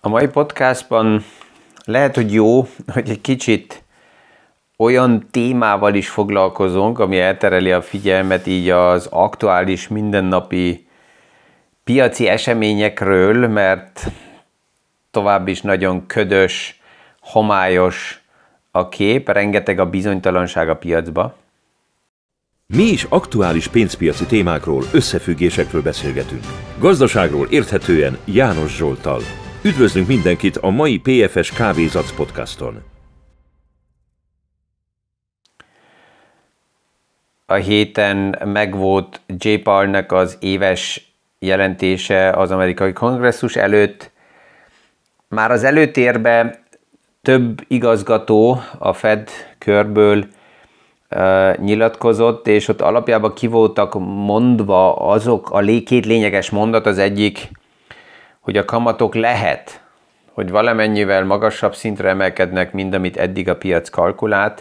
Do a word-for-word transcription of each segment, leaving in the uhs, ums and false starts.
A mai podcastban lehet, hogy jó, hogy egy kicsit olyan témával is foglalkozunk, ami eltereli a figyelmet így az aktuális mindennapi piaci eseményekről, mert tovább is nagyon ködös, homályos a kép, rengeteg a bizonytalanság a piacba. Mi is aktuális pénzpiaci témákról, összefüggésekről beszélgetünk. Gazdaságról érthetően János Zsolttal. Üdvözlünk mindenkit a mai pé ef es Kávézac podcaston. A héten megvolt Jay Powellnek az éves jelentése az amerikai kongresszus előtt. Már az előtérbe több igazgató a Fed körből uh, nyilatkozott, és ott alapjában ki voltak mondva azok a lé- két lényeges mondat, az egyik, hogy a kamatok lehet, hogy valamennyivel magasabb szintre emelkednek, mint amit eddig a piac kalkulált.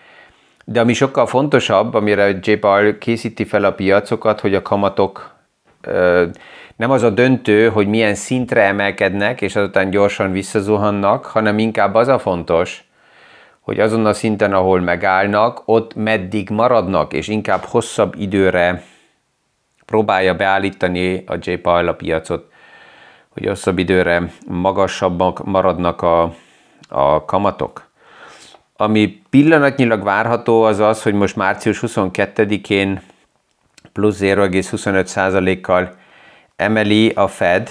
De ami sokkal fontosabb, amire Jay Powell készíti fel a piacokat, hogy a kamatok ö, nem az a döntő, hogy milyen szintre emelkednek, és azután gyorsan visszazuhannak, hanem inkább az a fontos, hogy azon a szinten, ahol megállnak, ott meddig maradnak, és inkább hosszabb időre próbálja beállítani a Jay Powell a piacot, hogy hosszabb időre magasabbak maradnak a, a kamatok. Ami pillanatnyilag várható az az, hogy most március huszonkettedikén plusz zéro egész huszonöt százalékkal emeli a Fed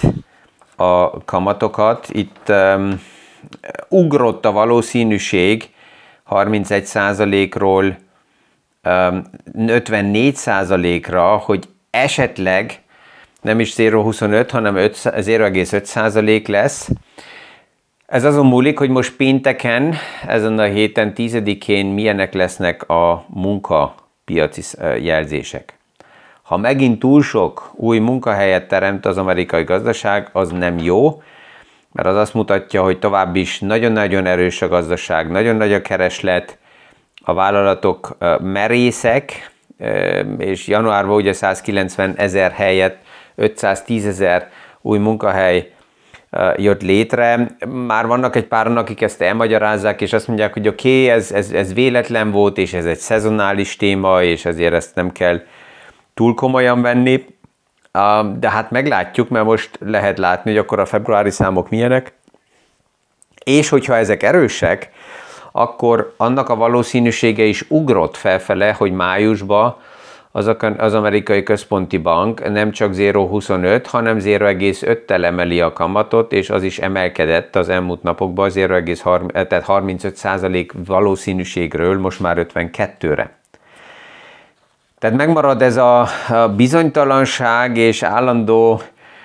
a kamatokat. Itt um, ugrott a valószínűség harmincegy százalékról um, ötvennégy százalékra, hogy esetleg nem is zéro egész huszonöt, hanem zéro egész öt százalék lesz. Ez azon múlik, hogy most pénteken, ezen a héten tízedikén milyenek lesznek a munkapiaci jelzések. Ha megint túl sok új munkahelyet teremt az amerikai gazdaság, az nem jó, mert az azt mutatja, hogy tovább is nagyon-nagyon erős a gazdaság, nagyon nagy a kereslet, a vállalatok merészek, és januárban ugye százkilencven ezer helyett ötszáztízezer új munkahely jött létre. Már vannak egy páran, akik ezt elmagyarázzák, és azt mondják, hogy oké, okay, ez, ez, ez véletlen volt, és ez egy szezonális téma, és ezért ezt nem kell túl komolyan venni. De hát meglátjuk, mert most lehet látni, hogy akkor a februári számok milyenek. És hogyha ezek erősek, akkor annak a valószínűsége is ugrott felfele, hogy májusban az amerikai központi bank nem csak zéro egész huszonöt, hanem zéro egész öttel emeli a kamatot, és az is emelkedett az elmúlt napokban zéro egész harmincöt százalék valószínűségről most már ötvenkettőre. Tehát megmarad ez a bizonytalanság és állandó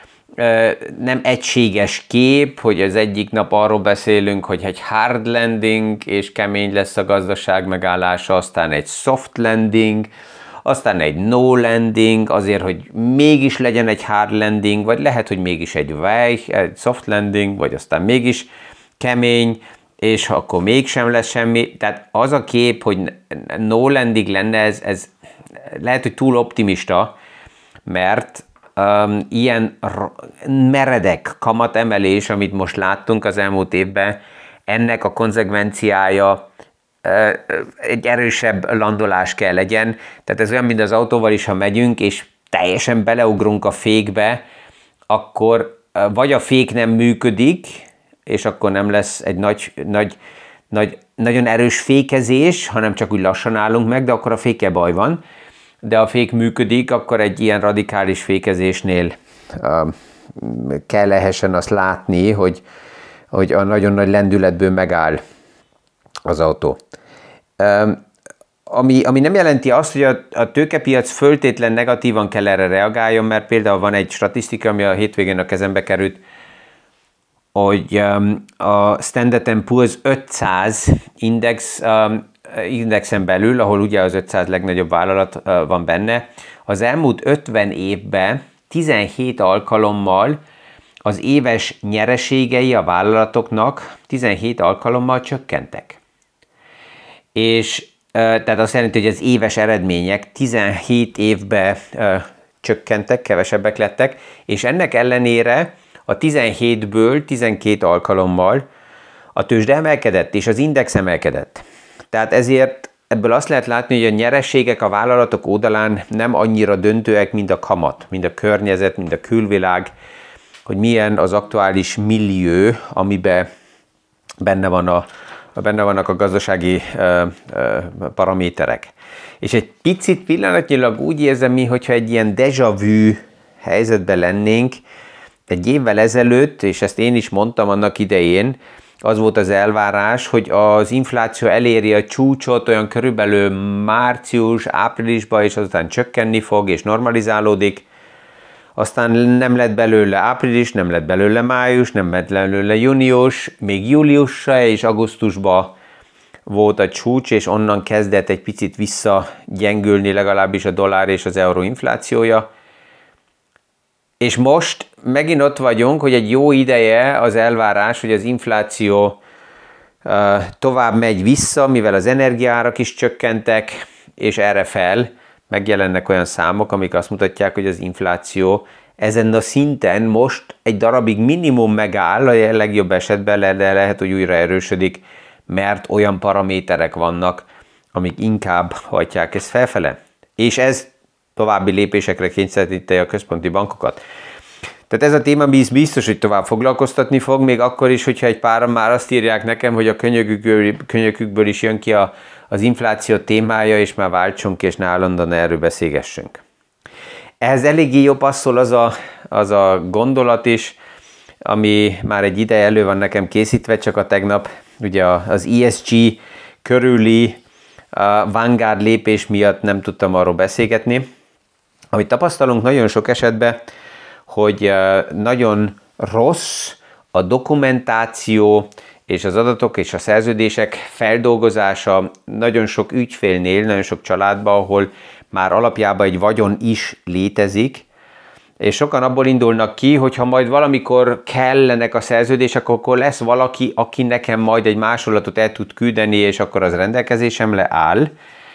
nem egységes kép, hogy az egyik nap arról beszélünk, hogy egy hard landing és kemény lesz a gazdaság megállása, aztán egy soft landing, aztán egy no landing, azért, hogy mégis legyen egy hard landing, vagy lehet, hogy mégis egy weich, egy soft landing, vagy aztán mégis kemény, és akkor mégsem lesz semmi. Tehát az a kép, hogy no landing lenne, ez, ez lehet, hogy túl optimista, mert um, ilyen meredek kamatemelés, amit most láttunk az elmúlt évben, ennek a konzekvenciája egy erősebb landolás kell legyen. Tehát ez olyan, mint az autóval is, ha megyünk, és teljesen beleugrunk a fékbe, akkor vagy a fék nem működik, és akkor nem lesz egy nagy, nagy, nagy, nagyon erős fékezés, hanem csak úgy lassan állunk meg, de akkor a fékkel baj van. De a fék működik, akkor egy ilyen radikális fékezésnél uh, kell lehessen azt látni, hogy, hogy a nagyon nagy lendületből megáll az autó. Um, ami, ami nem jelenti azt, hogy a, a tőkepiac föltétlen negatívan kell erre reagáljon, mert például van egy statisztika, ami a hétvégén a kezembe került, hogy um, a Standard and Poor's ötszáz index, um, indexen belül, ahol ugye az ötszáz legnagyobb vállalat uh, van benne, az elmúlt ötven évben tizenhét alkalommal az éves nyereségei a vállalatoknak tizenhét alkalommal csökkentek. És tehát azt jelenti, hogy az éves eredmények tizenhét évben ö, csökkentek, kevesebbek lettek, és ennek ellenére a tizenhétből tizenkét alkalommal a tőzsde emelkedett, és az index emelkedett. Tehát ezért ebből azt lehet látni, hogy a nyereségek a vállalatok oldalán nem annyira döntőek, mint a kamat, mint a környezet, mint a külvilág, hogy milyen az aktuális millió, amiben benne, van a, benne vannak a gazdasági ö, ö, paraméterek. És egy picit pillanatnyilag úgy érzem mi, hogyha egy ilyen déjà vu helyzetben lennénk, egy évvel ezelőtt, és ezt én is mondtam annak idején, az volt az elvárás, hogy az infláció eléri a csúcsot olyan körülbelül március, áprilisban, és azután csökkenni fog, és normalizálódik. Aztán nem lett belőle április, nem lett belőle május, nem lett belőle június, még júliusra és augusztusban volt a csúcs, és onnan kezdett egy picit visszagyengülni legalábbis a dollár és az euró inflációja. És most megint ott vagyunk, hogy egy jó ideje az elvárás, hogy az infláció uh, tovább megy vissza, mivel az energiaárak is csökkentek, és erre fel megjelennek olyan számok, amik azt mutatják, hogy az infláció ezen a szinten most egy darabig minimum megáll, a legjobb esetben, de lehet, hogy újra erősödik, mert olyan paraméterek vannak, amik inkább hajtják ezt felfele. És ez további lépésekre kényszeríti a központi bankokat. Tehát ez a téma biztos, hogy tovább foglalkoztatni fog, még akkor is, hogyha egy páran már azt írják nekem, hogy a könyökükből, könyökükből is jön ki a, az infláció témája, és már váltsunk, és ne állandóan erről beszélgessünk. Ehhez eléggé jó passzol az a, az a gondolat is, ami már egy ideje elő van nekem készítve, csak a tegnap ugye az E S G körüli a Vanguard lépés miatt nem tudtam arról beszélgetni. Amit tapasztalunk nagyon sok esetben, hogy nagyon rossz a dokumentáció és az adatok és a szerződések feldolgozása nagyon sok ügyfélnél, nagyon sok családban, ahol már alapjában egy vagyon is létezik, és sokan abból indulnak ki, hogy ha majd valamikor kellenek a szerződések, akkor lesz valaki, aki nekem majd egy másolatot el tud küldeni, és akkor az rendelkezésemre áll.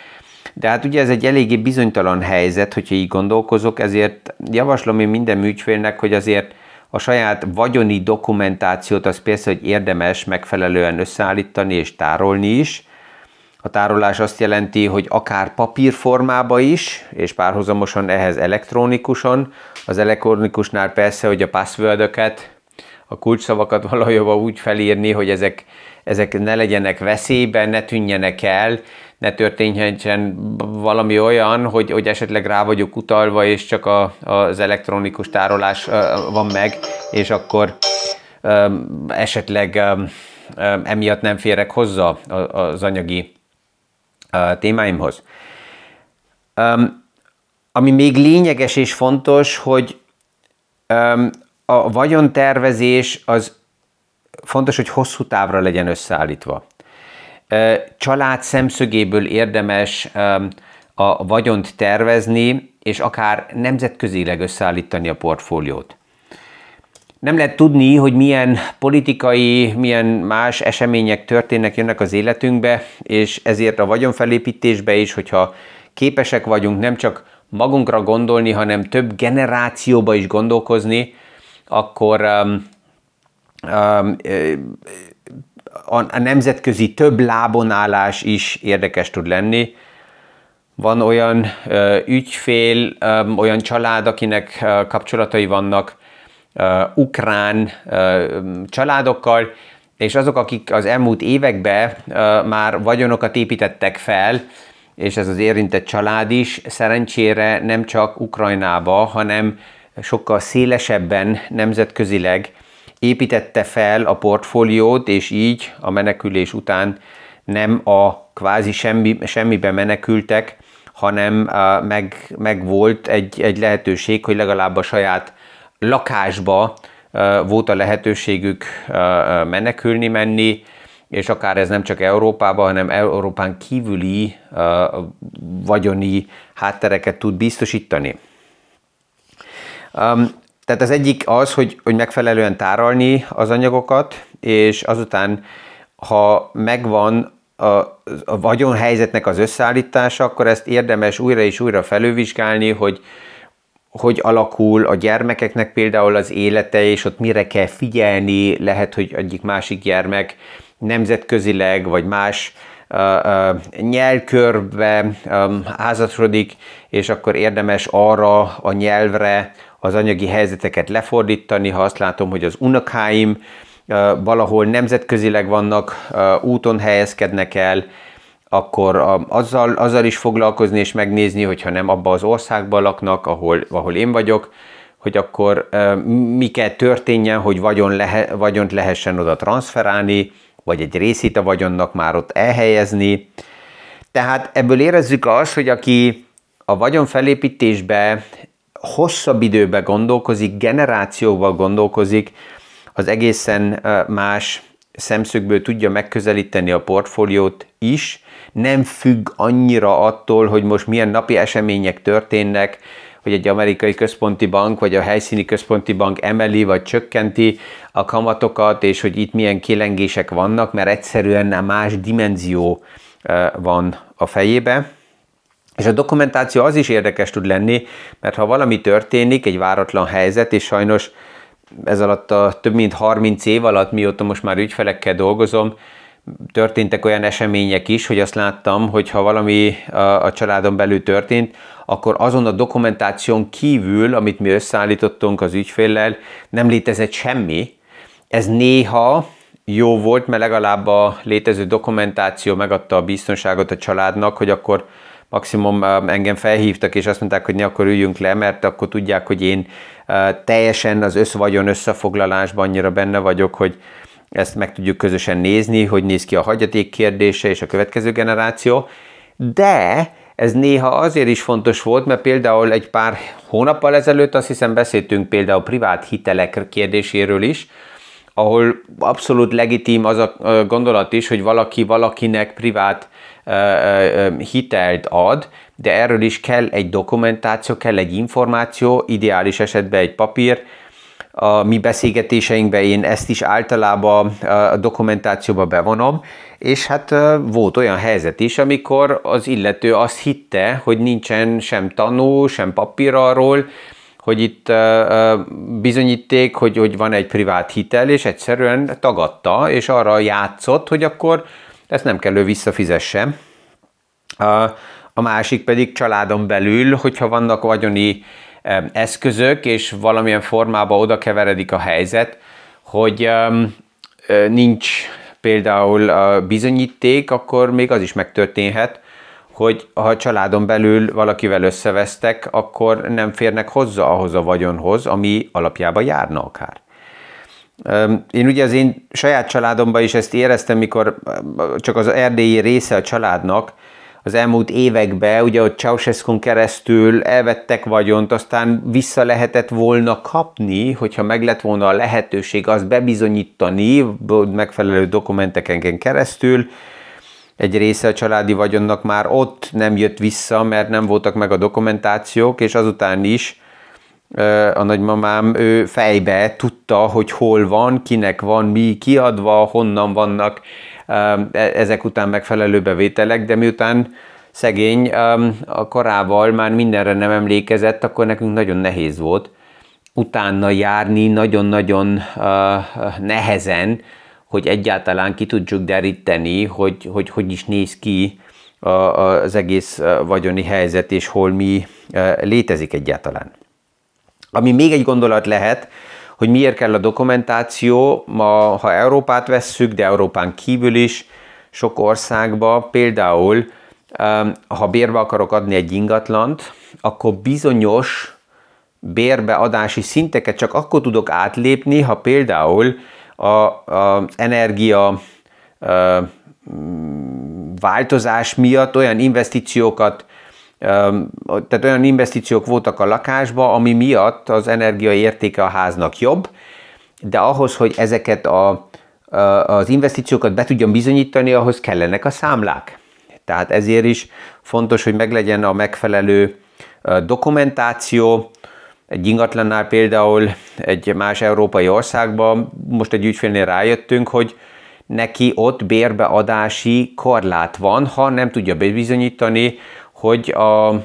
De hát ugye ez egy eléggé bizonytalan helyzet, hogyha így gondolkozok, ezért javaslom én minden ügyfélnek, hogy azért a saját vagyoni dokumentációt az persze, hogy érdemes megfelelően összeállítani és tárolni is. A tárolás azt jelenti, hogy akár papírformába is, és párhuzamosan ehhez elektronikusan. Az elektronikusnál persze, hogy a passwordöket, a kulcsszavakat valahova úgy felírni, hogy ezek, ezek ne legyenek veszélyben, ne tűnjenek el, ne történjen valami olyan, hogy, hogy esetleg rá vagyok utalva, és csak a, az elektronikus tárolás van meg, és akkor um, esetleg um, emiatt nem férek hozzá az anyagi uh, témáimhoz. Um, ami még lényeges és fontos, hogy um, a vagyontervezés az fontos, hogy hosszú távra legyen összeállítva. Család szemszögéből érdemes a vagyont tervezni, és akár nemzetközileg összeállítani a portfóliót. Nem lehet tudni, hogy milyen politikai, milyen más események történnek, jönnek az életünkbe, és ezért a vagyonfelépítésbe is, hogyha képesek vagyunk nem csak magunkra gondolni, hanem több generációba is gondolkozni, akkor um, um, a nemzetközi több lábon állás is érdekes tud lenni. Van olyan ö, ügyfél, ö, olyan család, akinek ö, kapcsolatai vannak ö, ukrán ö, családokkal, és azok, akik az elmúlt években ö, már vagyonokat építettek fel, és ez az érintett család is szerencsére nem csak Ukrajnába, hanem sokkal szélesebben nemzetközileg építette fel a portfóliót, és így a menekülés után nem a kvázi semmi, semmibe menekültek, hanem uh, meg, meg volt egy, egy lehetőség, hogy legalább a saját lakásba uh, volt a lehetőségük uh, menekülni, menni, és akár ez nem csak Európában, hanem Európán kívüli uh, vagyoni háttereket tud biztosítani. Um, Tehát az egyik az, hogy, hogy megfelelően tárolni az anyagokat, és azután, ha megvan a, a vagyonhelyzetnek az összeállítása, akkor ezt érdemes újra és újra felülvizsgálni, hogy hogy alakul a gyermekeknek például az élete, és ott mire kell figyelni, lehet, hogy egyik másik gyermek nemzetközileg, vagy más uh, uh, nyelvkörbe um, házasodik, és akkor érdemes arra a nyelvre az anyagi helyzeteket lefordítani. Ha azt látom, hogy az unokáim uh, valahol nemzetközileg vannak, uh, úton helyezkednek el, akkor azzal, azzal is foglalkozni és megnézni, hogyha nem abba az országban laknak, ahol, ahol én vagyok, hogy akkor uh, mi kell történjen, hogy vagyon lehe, vagyont lehessen oda transferálni, vagy egy részét a vagyonnak már ott elhelyezni. Tehát ebből érezzük azt, hogy aki a vagyon felépítésbe hosszabb időbe gondolkozik, generációval gondolkozik, az egészen uh, más szemszögből tudja megközelíteni a portfóliót is, nem függ annyira attól, hogy most milyen napi események történnek, hogy egy amerikai központi bank, vagy a helyszíni központi bank emeli, vagy csökkenti a kamatokat, és hogy itt milyen kilengések vannak, mert egyszerűen más dimenzió van a fejébe. És a dokumentáció az is érdekes tud lenni, mert ha valami történik, egy váratlan helyzet, és sajnos ez alatt a több mint harminc év alatt, mióta most már ügyfelekkel dolgozom, történtek olyan események is, hogy azt láttam, hogy ha valami a, a családon belül történt, akkor azon a dokumentáción kívül, amit mi összeállítottunk az ügyféllel, nem létezett semmi. Ez néha jó volt, mert legalább a létező dokumentáció megadta a biztonságot a családnak, hogy akkor maximum engem felhívtak, és azt mondták, hogy ne, akkor üljünk le, mert akkor tudják, hogy én teljesen az összvagyon összefoglalásban annyira benne vagyok, hogy ezt meg tudjuk közösen nézni, hogy néz ki a hagyaték kérdése és a következő generáció. De ez néha azért is fontos volt, mert például egy pár hónappal ezelőtt azt hiszem beszéltünk például privát hitelek kérdéséről is, ahol abszolút legitim az a gondolat is, hogy valaki valakinek privát hitelt ad, de erről is kell egy dokumentáció, kell egy információ, ideális esetben egy papír. A mi beszélgetéseinkben én ezt is általában a dokumentációba bevonom, és hát volt olyan helyzet is, amikor az illető azt hitte, hogy nincsen sem tanú, sem papír arról, hogy itt bizonyíték, hogy, hogy van egy privát hitel, és egyszerűen tagadta, és arra játszott, hogy akkor ezt nem kell ő visszafizesse. A másik pedig családon belül, hogyha vannak vagyoni eszközök, és valamilyen formában oda keveredik a helyzet, hogy nincs például bizonyíték, akkor még az is megtörténhet, hogy ha a családon belül valakivel összevesztek, akkor nem férnek hozzá ahhoz a vagyonhoz, ami alapjában járna akár. Én ugye az én saját családomban is ezt éreztem, mikor csak az erdélyi része a családnak, az elmúlt években, ugye ott Ceausescun keresztül elvettek vagyont, aztán vissza lehetett volna kapni, hogyha meg lett volna a lehetőség azt bebizonyítani megfelelő dokumenteken keresztül. Egy része a családi vagyonnak már ott nem jött vissza, mert nem voltak meg a dokumentációk, és azután is a nagymamám ő fejbe tudta, hogy hol van, kinek van, mi kiadva, honnan vannak ezek után megfelelő bevételek, de miután szegény a korával már mindenre nem emlékezett, akkor nekünk nagyon nehéz volt utána járni, nagyon-nagyon nehezen, hogy egyáltalán ki tudjuk deríteni, hogy hogy, hogy is néz ki az egész vagyoni helyzet, és hol mi létezik egyáltalán. Ami még egy gondolat lehet, hogy miért kell a dokumentáció, ma, ha Európát vesszük, de Európán kívül is, sok országban, például, ha bérbe akarok adni egy ingatlant, akkor bizonyos bérbeadási szinteket csak akkor tudok átlépni, ha például az energia változás miatt olyan investíciókat, tehát olyan investíciók voltak a lakásba, ami miatt az energia értéke a háznak jobb, de ahhoz, hogy ezeket a, az investíciókat be tudjam bizonyítani, ahhoz kellenek a számlák. Tehát ezért is fontos, hogy meglegyen a megfelelő dokumentáció. Egy ingatlannál például egy más európai országban, most egy ügyfélnél rájöttünk, hogy neki ott bérbeadási korlát van, ha nem tudja bebizonyítani, hogy a,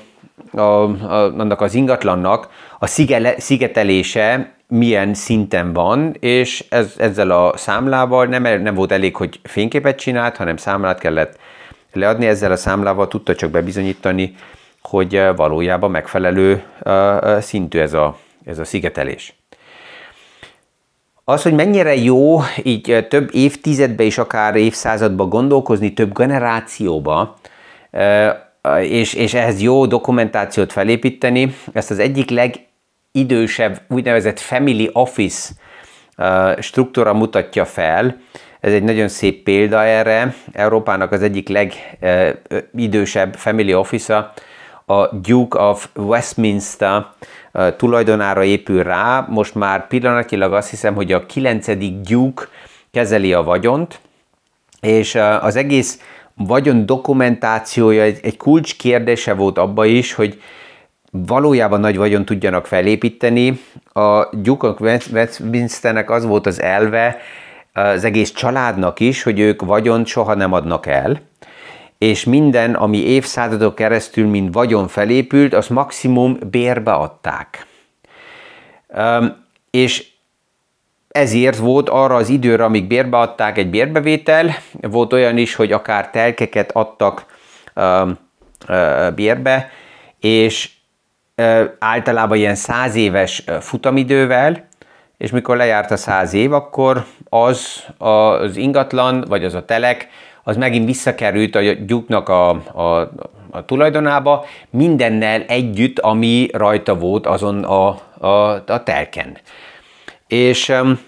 a, a, annak az ingatlannak a szigele, szigetelése milyen szinten van, és ez, ezzel a számlával nem, nem volt elég, hogy fényképet csinált, hanem számlát kellett leadni, ezzel a számlával tudta csak bebizonyítani, hogy valójában megfelelő szintű ez a, ez a szigetelés. Az, hogy mennyire jó így több évtizedbe és akár évszázadba gondolkozni, több generációba, és, és ehhez jó dokumentációt felépíteni, ezt az egyik legidősebb úgynevezett family office struktúra mutatja fel. Ez egy nagyon szép példa erre. Európának az egyik legidősebb family office-a, a Duke of Westminster tulajdonára épül rá. Most már pillanatilag azt hiszem, hogy a kilencedik Duke kezeli a vagyont, és az egész vagyon dokumentációja egy, egy kulcskérdése volt abba is, hogy valójában nagy vagyon tudjanak felépíteni. A Duke of Westminsternek az volt az elve, az egész családnak is, hogy ők vagyont soha nem adnak el, és minden, ami évszázadok keresztül, mint vagyon felépült, azt maximum bérbe adták. Um, és ezért volt arra az időre, amíg bérbe adták, egy bérbevétel, volt olyan is, hogy akár telkeket adtak um, uh, bérbe, és uh, általában ilyen száz éves futamidővel, és mikor lejárt a száz év, akkor az az ingatlan, vagy az a telek, az megint visszakerült a Duke-nak a, a, a tulajdonába, mindennel együtt, ami rajta volt azon a, a, a telken. És um,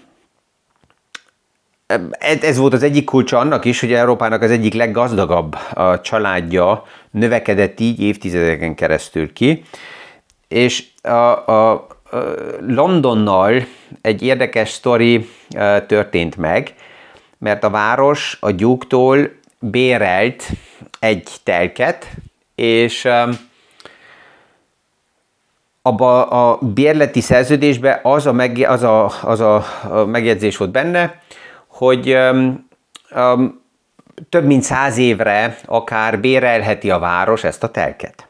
ez volt az egyik kulcsa annak is, hogy Európának az egyik leggazdagabb a családja növekedett így évtizedeken keresztül ki. És a, a, a Londonnal egy érdekes sztori történt meg, mert a város a Duke-tól bérelt egy telket, és abba a bérleti szerződésben az a, meg, az a, az a megjegyzés volt benne, hogy um, um, több mint száz évre akár bérelheti a város ezt a telket.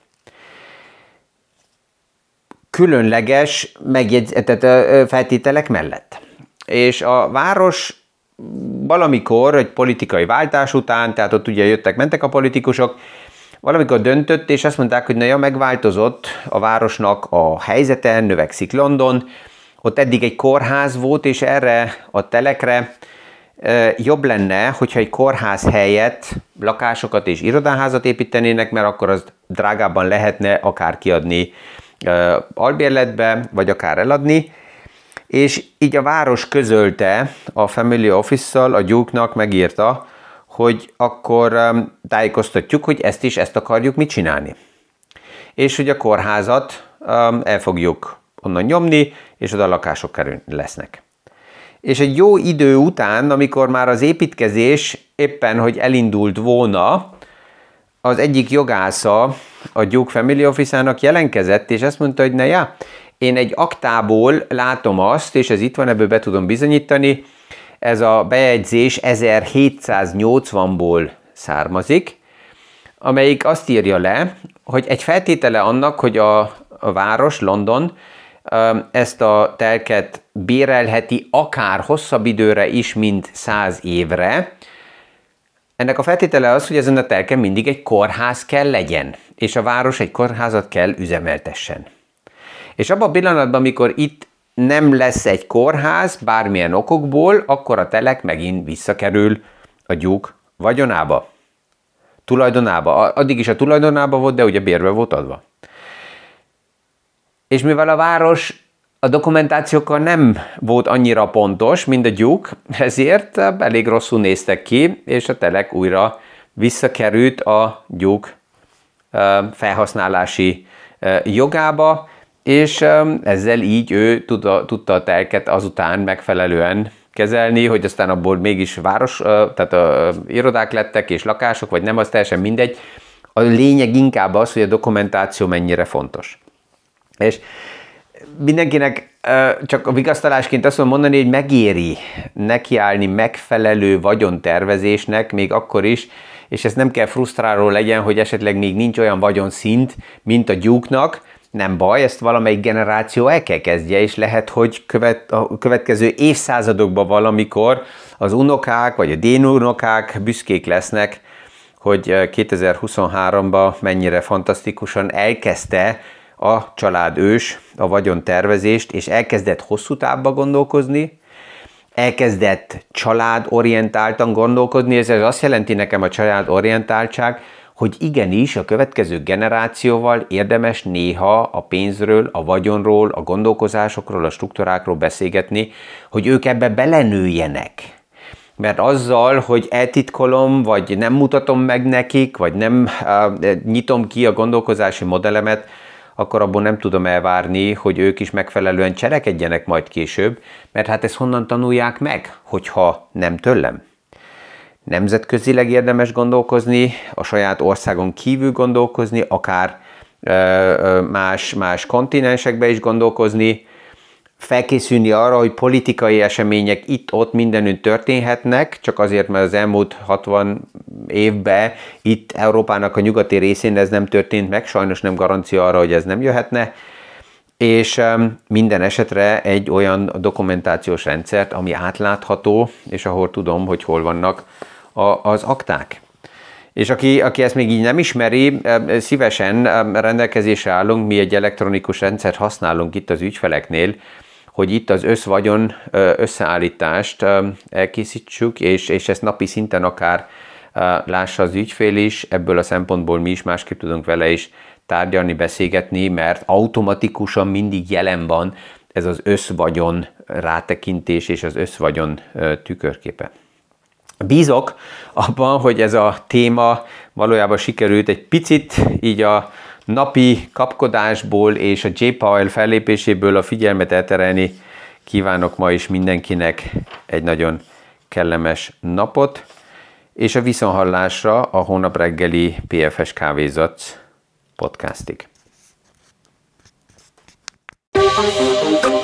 Különleges megjegyz- tehát, feltételek mellett. És a város valamikor, egy politikai váltás után, tehát ott ugye jöttek-mentek a politikusok, valamikor döntött, és azt mondták, hogy na ja, megváltozott a városnak a helyzete, növekszik London, ott eddig egy kórház volt, és erre a telekre e, jobb lenne, hogyha egy kórház helyett lakásokat és irodaházat építenének, mert akkor az drágábban lehetne akár kiadni e, albérletbe, vagy akár eladni, és így a város közölte a Family Office-szal, a Duke-nak megírta, hogy akkor um, tájékoztatjuk, hogy ezt is, ezt akarjuk mit csinálni. És hogy a kórházat um, el fogjuk onnan nyomni, és oda lakások lesznek. És egy jó idő után, amikor már az építkezés éppen, hogy elindult volna, az egyik jogásza a Duke Family Office-ának jelentkezett, és azt mondta, hogy na ja, én egy aktából látom azt, és ez itt van, ebből be tudom bizonyítani, ez a bejegyzés ezerhétszáznyolcvanból származik, amelyik azt írja le, hogy egy feltétele annak, hogy a, a város, London, ezt a telket bérelheti akár hosszabb időre is, mint száz évre. Ennek a feltétele az, hogy ezen a telken mindig egy kórház kell legyen, és a város egy kórházat kell üzemeltessen. És abban a pillanatban, amikor itt nem lesz egy kórház bármilyen okokból, akkor a telek megint visszakerül a Duke vagyonába, tulajdonába. Addig is a tulajdonába volt, de ugye bérbe volt adva. És mivel a város a dokumentációkkal nem volt annyira pontos, mint a Duke, ezért elég rosszul néztek ki, és a telek újra visszakerült a Duke felhasználási jogába, és ezzel így ő tudta, tudta a telket azután megfelelően kezelni, hogy aztán abból mégis város, tehát a, irodák lettek és lakások, vagy nem, az teljesen mindegy. A lényeg inkább az, hogy a dokumentáció mennyire fontos. És mindenkinek csak a vigasztalásként azt mondom mondani, hogy megéri nekiállni megfelelő vagyontervezésnek, még akkor is, és ez nem kell frusztráló legyen, hogy esetleg még nincs olyan vagyonszint, mint a Duke-nak, nem baj, ezt valamelyik generáció el kell kezdje, és lehet, hogy követ, a következő évszázadokban valamikor az unokák, vagy a dénunokák büszkék lesznek, hogy kétezer-huszonháromban mennyire fantasztikusan elkezdte a családős a vagyontervezést, és elkezdett hosszú távba gondolkozni, elkezdett családorientáltan gondolkodni, ez azt jelenti nekem a családorientáltság, hogy igenis a következő generációval érdemes néha a pénzről, a vagyonról, a gondolkozásokról, a struktúrákról beszélgetni, hogy ők ebbe belenőjenek. Mert azzal, hogy eltitkolom, vagy nem mutatom meg nekik, vagy nem uh, nyitom ki a gondolkozási modellemet, akkor abból nem tudom elvárni, hogy ők is megfelelően cselekedjenek majd később, mert hát ezt honnan tanulják meg, hogyha nem tőlem. Nemzetközileg érdemes gondolkozni, a saját országon kívül gondolkozni, akár ö, más, más kontinensekbe is gondolkozni, felkészülni arra, hogy politikai események itt-ott mindenütt történhetnek, csak azért, mert az elmúlt hatvan évben itt Európának a nyugati részén ez nem történt meg, sajnos nem garancia arra, hogy ez nem jöhetne, és minden esetre egy olyan dokumentációs rendszert, ami átlátható, és ahol tudom, hogy hol vannak a, az akták. És aki, aki ezt még így nem ismeri, szívesen rendelkezésre állunk, mi egy elektronikus rendszert használunk itt az ügyfeleknél, hogy itt az összvagyon összeállítást elkészítsük, és, és ezt napi szinten akár lássa az ügyfél is, ebből a szempontból mi is másképp tudunk vele is tárgyalni, beszélgetni, mert automatikusan mindig jelen van ez az összvagyon rátekintés és az összvagyon tükörképe. Bízok abban, hogy ez a téma valójában sikerült egy picit így a napi kapkodásból és a J-Powell fellépéséből a figyelmet elterelni. Kívánok ma is mindenkinek egy nagyon kellemes napot, és a viszonthallásra a hónap reggeli pé ef es Kávézac podcastig.